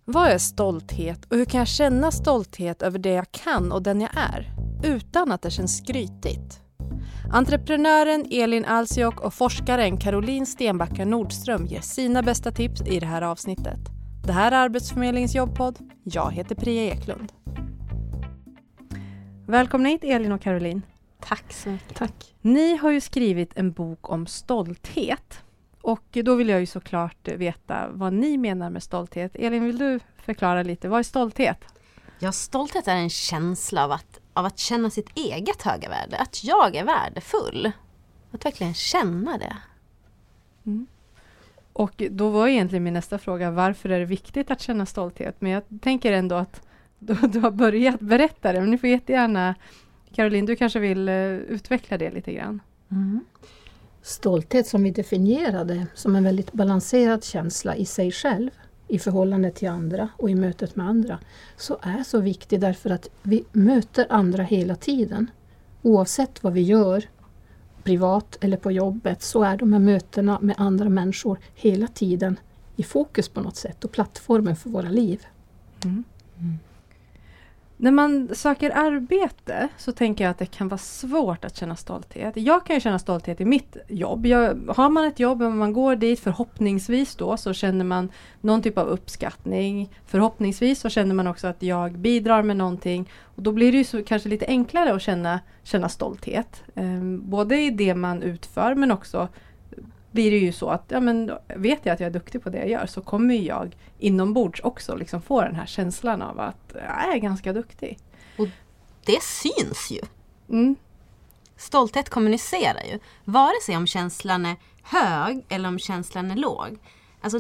Vad är stolthet och hur kan jag känna stolthet över det jag kan och den jag är, utan att det känns skrytigt? Entreprenören Elin Alsiok och forskaren Caroline Stenbacka Nordström ger sina bästa tips i det här avsnittet. Det här är Arbetsförmedlingens jobbpodd. Jag heter Priya Eklund. Välkomna hit Elin och Caroline. Tack så mycket. Tack. Ni har ju skrivit en bok om stolthet. Och då vill jag ju såklart veta vad ni menar med stolthet. Elin, vill du förklara lite? Vad är stolthet? Ja, stolthet är en känsla av att känna sitt eget höga värde. Att jag är värdefull. Att verkligen känna det. Mm. Och då var egentligen min nästa fråga, varför är det viktigt att känna stolthet? Men jag tänker ändå att du har börjat berätta det. Men ni får jättegärna, Caroline, du kanske vill utveckla det lite grann. Mm. Stolthet som vi definierade som en väldigt balanserad känsla i sig själv, i förhållande till andra och i mötet med andra, så är så viktig därför att vi möter andra hela tiden. Oavsett vad vi gör, privat eller på jobbet, så är de här mötena med andra människor hela tiden i fokus på något sätt och plattformen för våra liv. Mm. Mm. När man söker arbete så tänker jag att det kan vara svårt att känna stolthet. Jag kan ju känna stolthet i mitt jobb. Har man ett jobb och man går dit förhoppningsvis då så känner man någon typ av uppskattning. Förhoppningsvis så känner man också att jag bidrar med någonting. Och då blir det ju så, kanske lite enklare att känna stolthet. Både i det man utför men också blir det ju så att vet jag att jag är duktig på det jag gör så kommer jag inombords också liksom få den här känslan av att jag är ganska duktig. Och det syns ju. Mm. Stolthet kommunicerar ju. Vare sig om känslan är hög eller om känslan är låg. Alltså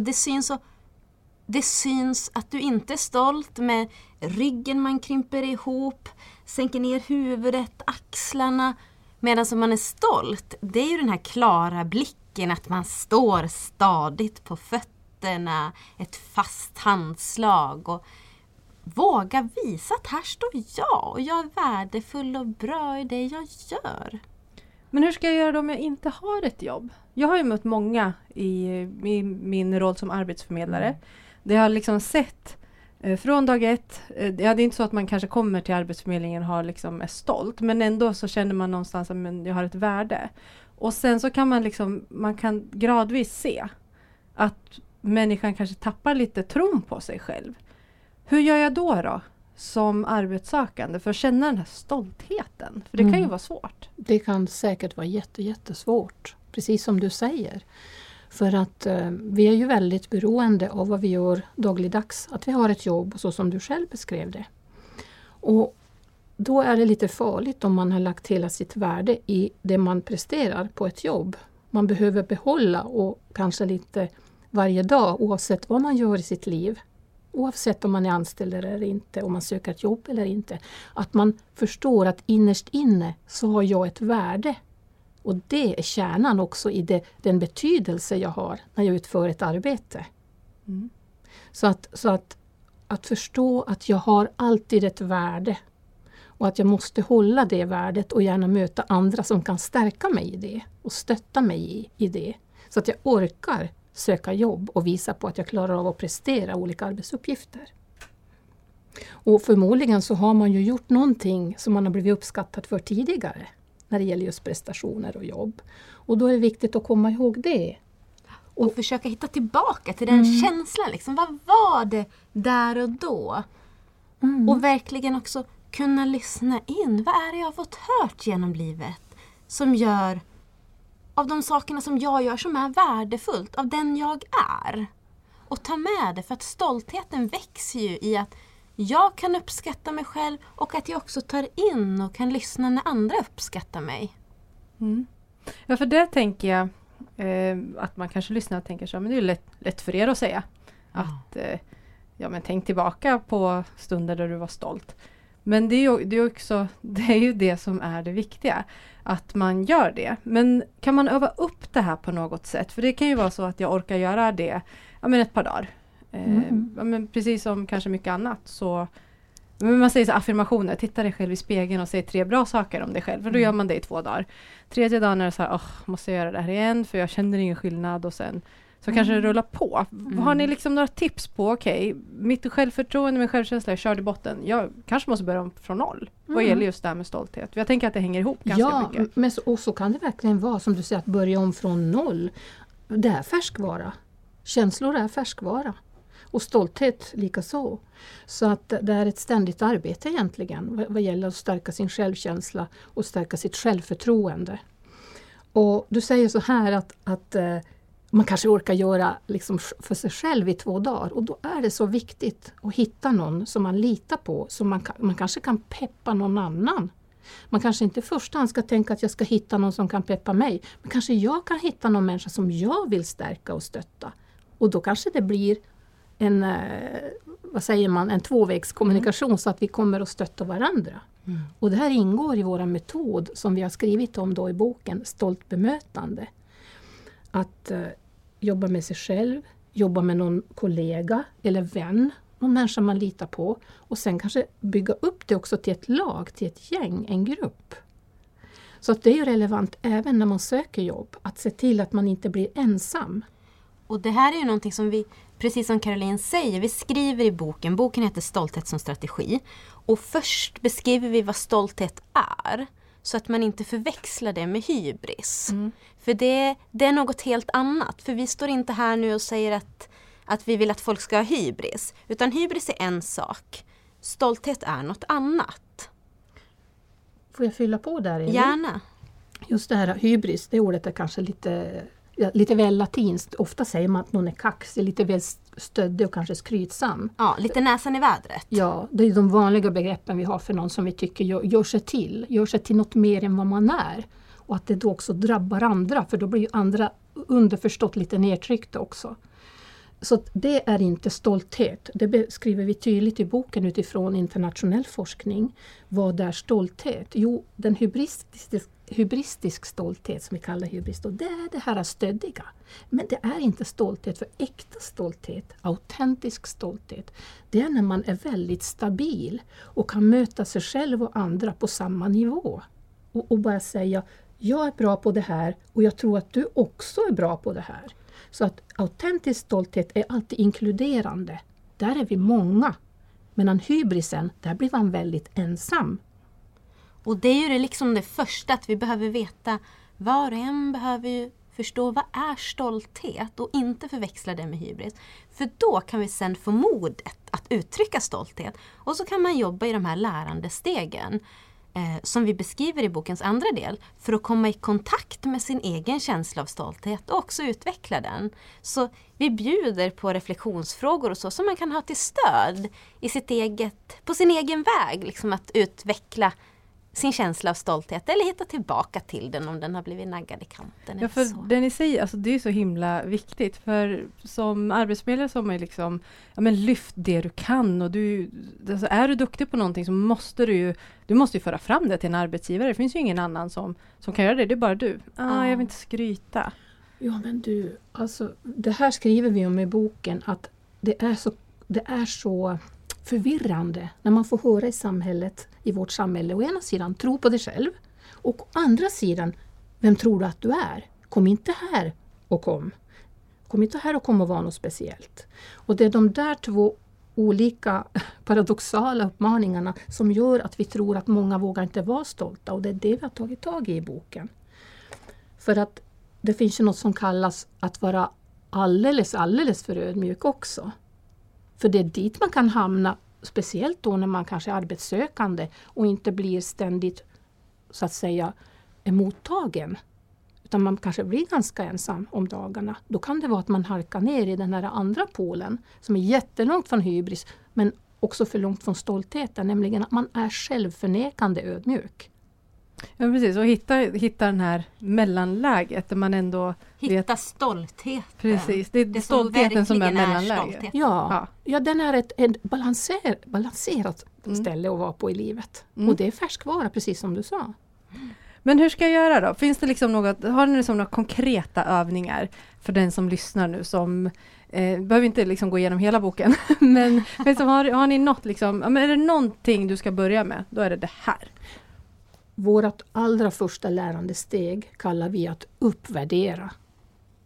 det syns att du inte är stolt med ryggen man krymper ihop, sänker ner huvudet, axlarna. Medan som man är stolt, det är ju den här klara blicken. Att man står stadigt på fötterna, ett fast handslag och våga visa att här står jag och jag är värdefull och bra i det jag gör. Men hur ska jag göra om jag inte har ett jobb? Jag har ju mött många i min roll som arbetsförmedlare. Det har liksom sett från dag ett, det är inte så att man kanske kommer till Arbetsförmedlingen och är stolt, men ändå så känner man någonstans att jag har ett värde. Och sen så kan man kan gradvis se att människan kanske tappar lite tron på sig själv. Hur gör jag då som arbetssökande för att känna den här stoltheten? För det kan ju vara svårt. Det kan säkert vara jättesvårt, precis som du säger. För att vi är ju väldigt beroende av vad vi gör dagligdags. Att vi har ett jobb så som du själv beskrev det. Och då är det lite farligt om man har lagt hela sitt värde i det man presterar på ett jobb. Man behöver behålla och kanske lite varje dag oavsett vad man gör i sitt liv. Oavsett om man är anställd eller inte, om man söker ett jobb eller inte. Att man förstår att innerst inne så har jag ett värde. Och det är kärnan också i den betydelse jag har när jag utför ett arbete. Mm. Så att förstå att jag har alltid ett värde. Och att jag måste hålla det värdet och gärna möta andra som kan stärka mig i det. Och stötta mig i det. Så att jag orkar söka jobb och visa på att jag klarar av att prestera olika arbetsuppgifter. Och förmodligen så har man ju gjort någonting som man har blivit uppskattat för tidigare. När det gäller just prestationer och jobb. Och då är det viktigt att komma ihåg det. Och försöka hitta tillbaka till den känslan. Vad var det där och då? Mm. Och verkligen också kunna lyssna in. Vad är det jag har fått hört genom livet som gör av de sakerna som jag gör som är värdefullt, av den jag är. Och ta med det, för att stoltheten växer ju i att jag kan uppskatta mig själv och att jag också tar in och kan lyssna när andra uppskattar mig. Mm. Ja, för det tänker jag att man kanske lyssnar och tänker så, men det är ju lätt för er att säga. Att men tänk tillbaka på stunder där du var stolt. Men det är ju det som är det viktiga. Att man gör det. Men kan man öva upp det här på något sätt? För det kan ju vara så att jag orkar göra det ett par dagar. Men precis som kanske mycket annat. Så, men man säger så affirmationer. Titta dig själv i spegeln och säg 3 bra saker om dig själv. För då gör man det i 2 dagar. 3:e dagen är det så här, måste jag göra det här igen? För jag känner ingen skillnad. Och sen så kanske det rullar på. Har ni liksom några tips på, mitt självförtroende, min självkänsla är körd i botten. Jag kanske måste börja om från noll. Vad gäller just det här med stolthet? Jag tänker att det hänger ihop ganska mycket. Ja, men så kan det verkligen vara, som du säger, att börja om från noll. Det är färskvara. Känslor är färskvara. Och stolthet lika så. Så att det är ett ständigt arbete egentligen vad gäller att stärka sin självkänsla och stärka sitt självförtroende. Och du säger så här att man kanske orkar göra liksom för sig själv i 2 dagar. Och då är det så viktigt att hitta någon som man litar på. Så man kanske kan peppa någon annan. Man kanske inte i första hand ska tänka att jag ska hitta någon som kan peppa mig. Men kanske jag kan hitta någon människa som jag vill stärka och stötta. Och då kanske det blir en tvåvägskommunikation så att vi kommer att stötta varandra. Och det här ingår i vår metod som vi har skrivit om då i boken Stolt bemötande. Att jobba med sig själv, jobba med någon kollega eller vän, någon människa man litar på. Och sen kanske bygga upp det också till ett lag, till ett gäng, en grupp. Så att det är ju relevant även när man söker jobb. Att se till att man inte blir ensam. Och det här är ju någonting som vi, precis som Caroline säger, vi skriver i boken. Boken heter Stolthet som strategi. Och först beskriver vi vad stolthet är. Så att man inte förväxlar det med hybris. För det är något helt annat. För vi står inte här nu och säger att vi vill att folk ska ha hybris. Utan hybris är en sak. Stolthet är något annat. Får jag fylla på där? Eller? Gärna. Just det här hybris, det ordet är kanske lite väl latinskt. Ofta säger man att någon är kaxig, lite väl stöddig och kanske skrytsam. Ja, lite näsan i vädret. Ja, det är de vanliga begreppen vi har för någon som vi tycker gör sig till något mer än vad man är. Och att det då också drabbar andra, för då blir ju andra underförstått lite nedtryckta också. Så det är inte stolthet. Det beskriver vi tydligt i boken utifrån internationell forskning. Vad är stolthet? Jo, den hybristisk stolthet som vi kallar hybris, det är det här stöddiga. Men det är inte stolthet, för äkta stolthet, autentisk stolthet, det är när man är väldigt stabil och kan möta sig själv och andra på samma nivå. Och bara säga, jag är bra på det här och jag tror att du också är bra på det här. Så att autentisk stolthet är alltid inkluderande. Där är vi många. Medan hybrisen, där blir man väldigt ensam. Och det är ju liksom det första, att vi behöver veta, var och en behöver ju förstå vad är stolthet och inte förväxla det med hybris. För då kan vi sen få modet att uttrycka stolthet. Och så kan man jobba i de här lärandestegen som vi beskriver i bokens andra del, för att komma i kontakt med sin egen känsla av stolthet och också utveckla den. Så vi bjuder på reflektionsfrågor och så som man kan ha till stöd på sin egen väg, liksom att utveckla sin känsla av stolthet eller hitta tillbaka till den om den har blivit naggad i kanten. Ja, för det ni säger, alltså det är så himla viktigt, för som arbetsförmedlare så är man liksom, lyft det du kan, och alltså är du duktig på någonting så måste du måste ju föra fram det till en arbetsgivare. Det finns ju ingen annan som kan göra det är bara du. Jag vill inte skryta. Ja, men du, alltså det här skriver vi om i boken, att det är så förvirrande när man får höra i vårt samhälle, å ena sidan tro på dig själv och å andra sidan, vem tror du att du är? Kom inte här och kom inte här och kom och var något speciellt. Och det är de där 2 olika paradoxala uppmaningarna som gör att vi tror att många vågar inte vara stolta, och det är det vi har tagit tag i boken. För att det finns ju något som kallas att vara alldeles för ödmjuk också. För det är dit man kan hamna, speciellt då när man kanske är arbetssökande och inte blir ständigt, så att säga, mottagen. Utan man kanske blir ganska ensam om dagarna. Då kan det vara att man halkar ner i den här andra polen som är jättelångt från hybris, men också för långt från stoltheten, nämligen att man är självförnekande ödmjuk. Ja, precis, och hitta den här mellanläget där man ändå hitta stoltheten. Precis, det är stoltheten som är mellanläget. Ja, den är ett balanserat ställe att vara på i livet. Och det är färskvara, precis som du sa. Men hur ska jag göra då? Finns det liksom har ni liksom några konkreta övningar för den som lyssnar nu, som behöver inte liksom gå igenom hela boken, men som har ni något liksom, är det någonting du ska börja med, då är det här. Vårt allra första lärandesteg kallar vi att uppvärdera.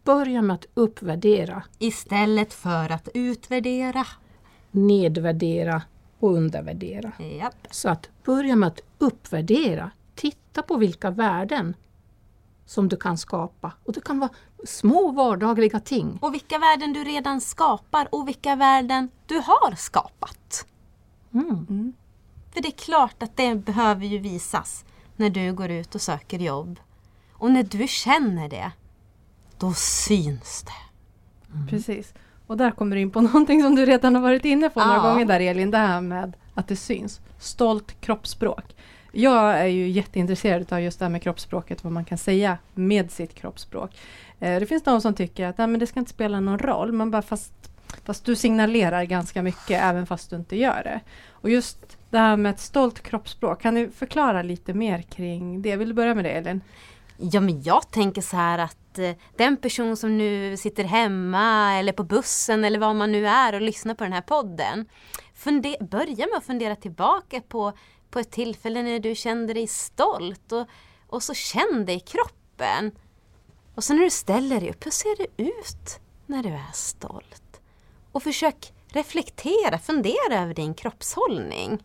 börja med att uppvärdera, Istället för att utvärdera. nedvärdera och undervärdera. Japp. Så att börja med att uppvärdera. Titta på vilka värden som du kan skapa. Och det kan vara små vardagliga ting. Och vilka värden du redan skapar och vilka värden du har skapat. För det är klart att det behöver ju visas när du går ut och söker jobb. Och när du känner det, då syns det. Precis. Och där kommer du in på någonting som du redan har varit inne på några gånger där, Elin. Det här med att det syns. Stolt kroppsspråk. Jag är ju jätteintresserad av just det här med kroppsspråket. Vad man kan säga med sitt kroppsspråk. Det finns någon som tycker att men det ska inte spela någon roll. Men bara fast du signalerar ganska mycket även fast du inte gör det. Och just det här med ett stolt kroppsspråk. Kan du förklara lite mer kring det? Vill du börja med det, Elin? Ja, men jag tänker så här att den person som nu sitter hemma eller på bussen eller vad man nu är och lyssnar på den här podden. Börja med att fundera tillbaka på ett tillfälle när du kände dig stolt och så känn dig i kroppen. Och så när du ställer dig upp, hur ser det ut när du är stolt? Och försök reflektera, fundera över din kroppshållning.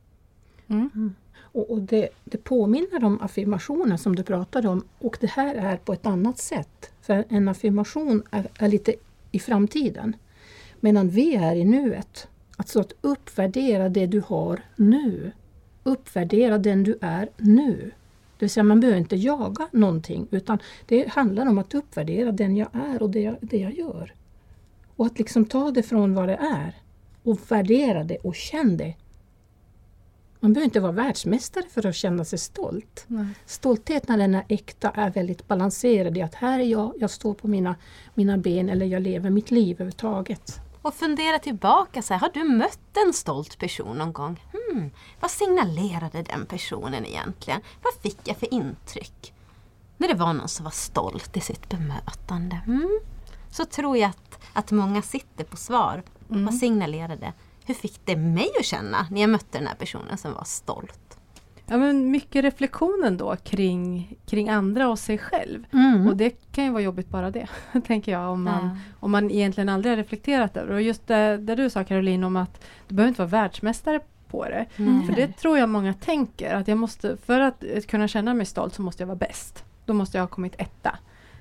Och det påminner om affirmationer som du pratade om. Och det här är på ett annat sätt. För en affirmation är lite i framtiden. Medan vi är i nuet. Alltså att uppvärdera det du har nu. Uppvärdera den du är nu. Det vill säga man behöver inte jaga någonting. Utan det handlar om att uppvärdera den jag är och det jag gör. Och att liksom ta det från vad det är. Och värdera det och känna det. Man behöver inte vara världsmästare för att känna sig stolt. Nej. Stolthet när den är äkta är väldigt balanserad. I att här är jag står på mina ben eller jag lever mitt liv överhuvudtaget. Och fundera tillbaka, så här, har du mött en stolt person någon gång? Vad signalerade den personen egentligen? Vad fick jag för intryck? När det var någon som var stolt i sitt bemötande. Så tror jag att många sitter på svar. Vad signalerade? Hur fick det mig att känna när jag mötte den här personen som var stolt? Ja, men mycket reflektionen då kring andra och sig själv. Och det kan ju vara jobbigt bara det, tänker jag. Om man egentligen aldrig har reflekterat över. Och just det du sa, Caroline, om att du behöver inte vara världsmästare på det. För det tror jag många tänker. Att för att kunna känna mig stolt så måste jag vara bäst. Då måste jag ha kommit etta.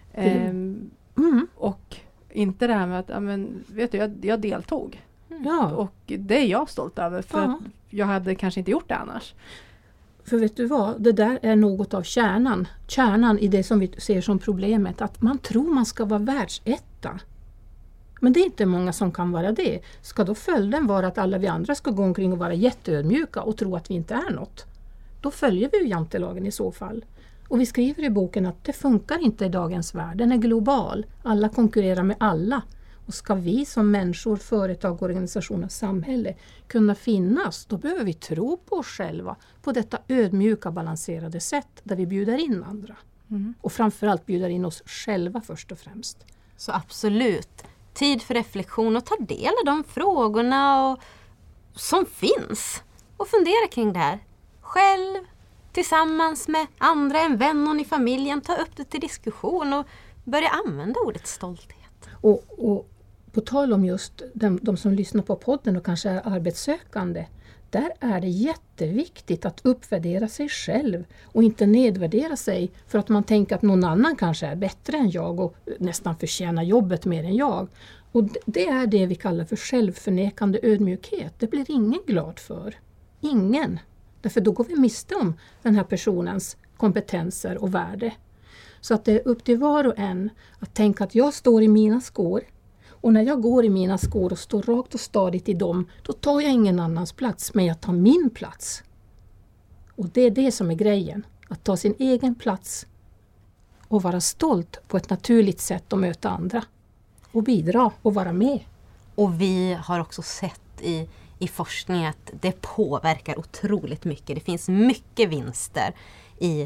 Och inte det här med att vet du, jag deltog. Ja. Och det är jag stolt över. För att jag hade kanske inte gjort det annars. För vet du vad, det där är något av kärnan i det som vi ser som problemet. Att man tror man ska vara världsetta. Men det är inte många som kan vara det. Ska då följden vara att alla vi andra ska gå omkring och vara jätteödmjuka och tro att vi inte är något? Då följer vi ju jantelagen i så fall. Och vi skriver i boken att det funkar inte i dagens värld. Den är global. Alla konkurrerar med alla. Och ska vi som människor, företag, organisationer, samhälle kunna finnas, då behöver vi tro på oss själva på detta ödmjuka, balanserade sätt där vi bjuder in andra. Och framförallt bjuder in oss själva först och främst. Så absolut, tid för reflektion och ta del av de frågorna som finns. Och fundera kring det här. Själv, tillsammans med andra, en vän och i familjen, ta upp det till diskussion och börja använda ordet stolthet. Och på tal om just de som lyssnar på podden och kanske är arbetssökande, där är det jätteviktigt att uppvärdera sig själv och inte nedvärdera sig för att man tänker att någon annan kanske är bättre än jag och nästan förtjänar jobbet mer än jag. Och det är det vi kallar för självförnekande ödmjukhet. Det blir ingen glad för. Ingen. Därför då går vi miste om den här personens kompetenser och värde. Så att det är upp till var och en att tänka att jag står i mina skor. Och när jag går i mina skor och står rakt och stadigt i dem, då tar jag ingen annans plats, men jag tar min plats. Och det är det som är grejen. Att ta sin egen plats och vara stolt på ett naturligt sätt och möta andra. Och bidra och vara med. Och vi har också sett i forskning att det påverkar otroligt mycket. Det finns mycket vinster i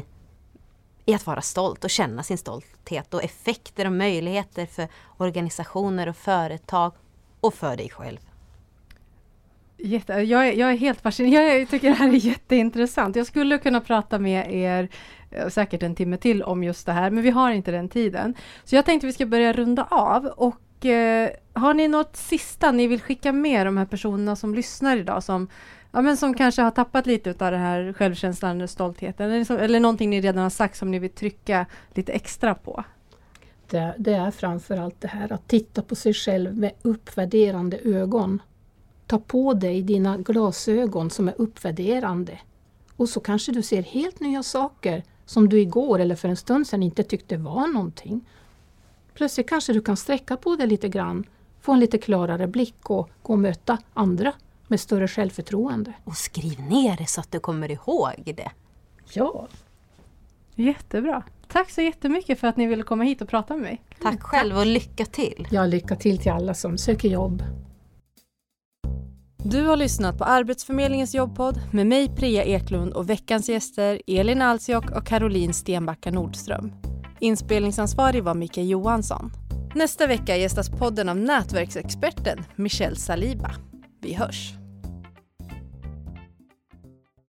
att vara stolt och känna sin stolthet och effekter och möjligheter för organisationer och företag och för dig själv. Jag är helt fascinerad. Jag tycker det här är jätteintressant. Jag skulle kunna prata med er säkert en timme till om just det här, men vi har inte den tiden. Så jag tänkte vi ska börja runda av. Och har ni något sista ni vill skicka med de här personerna som lyssnar idag, som kanske har tappat lite av det här självkänslan och stoltheten, eller någonting ni redan har sagt som ni vill trycka lite extra på? Det är framförallt det här att titta på sig själv med uppvärderande ögon. Ta på dig dina glasögon som är uppvärderande. Och så kanske du ser helt nya saker som du igår eller för en stund sedan inte tyckte var någonting. Plötsligt kanske du kan sträcka på dig lite grann, få en lite klarare blick och gå och möta andra med större självförtroende. Och skriv ner det så att du kommer ihåg det. Ja. Jättebra. Tack så jättemycket för att ni ville komma hit och prata med mig. Tack själv och lycka till. Ja, lycka till alla som söker jobb. Du har lyssnat på Arbetsförmedlingens jobbpodd med mig Priya Eklund och veckans gäster Elin Alsiok och Caroline Stenbacka Nordström. Inspelningsansvarig var Mikael Johansson. Nästa vecka gästas podden av nätverksexperten Michelle Saliba. Vi hörs!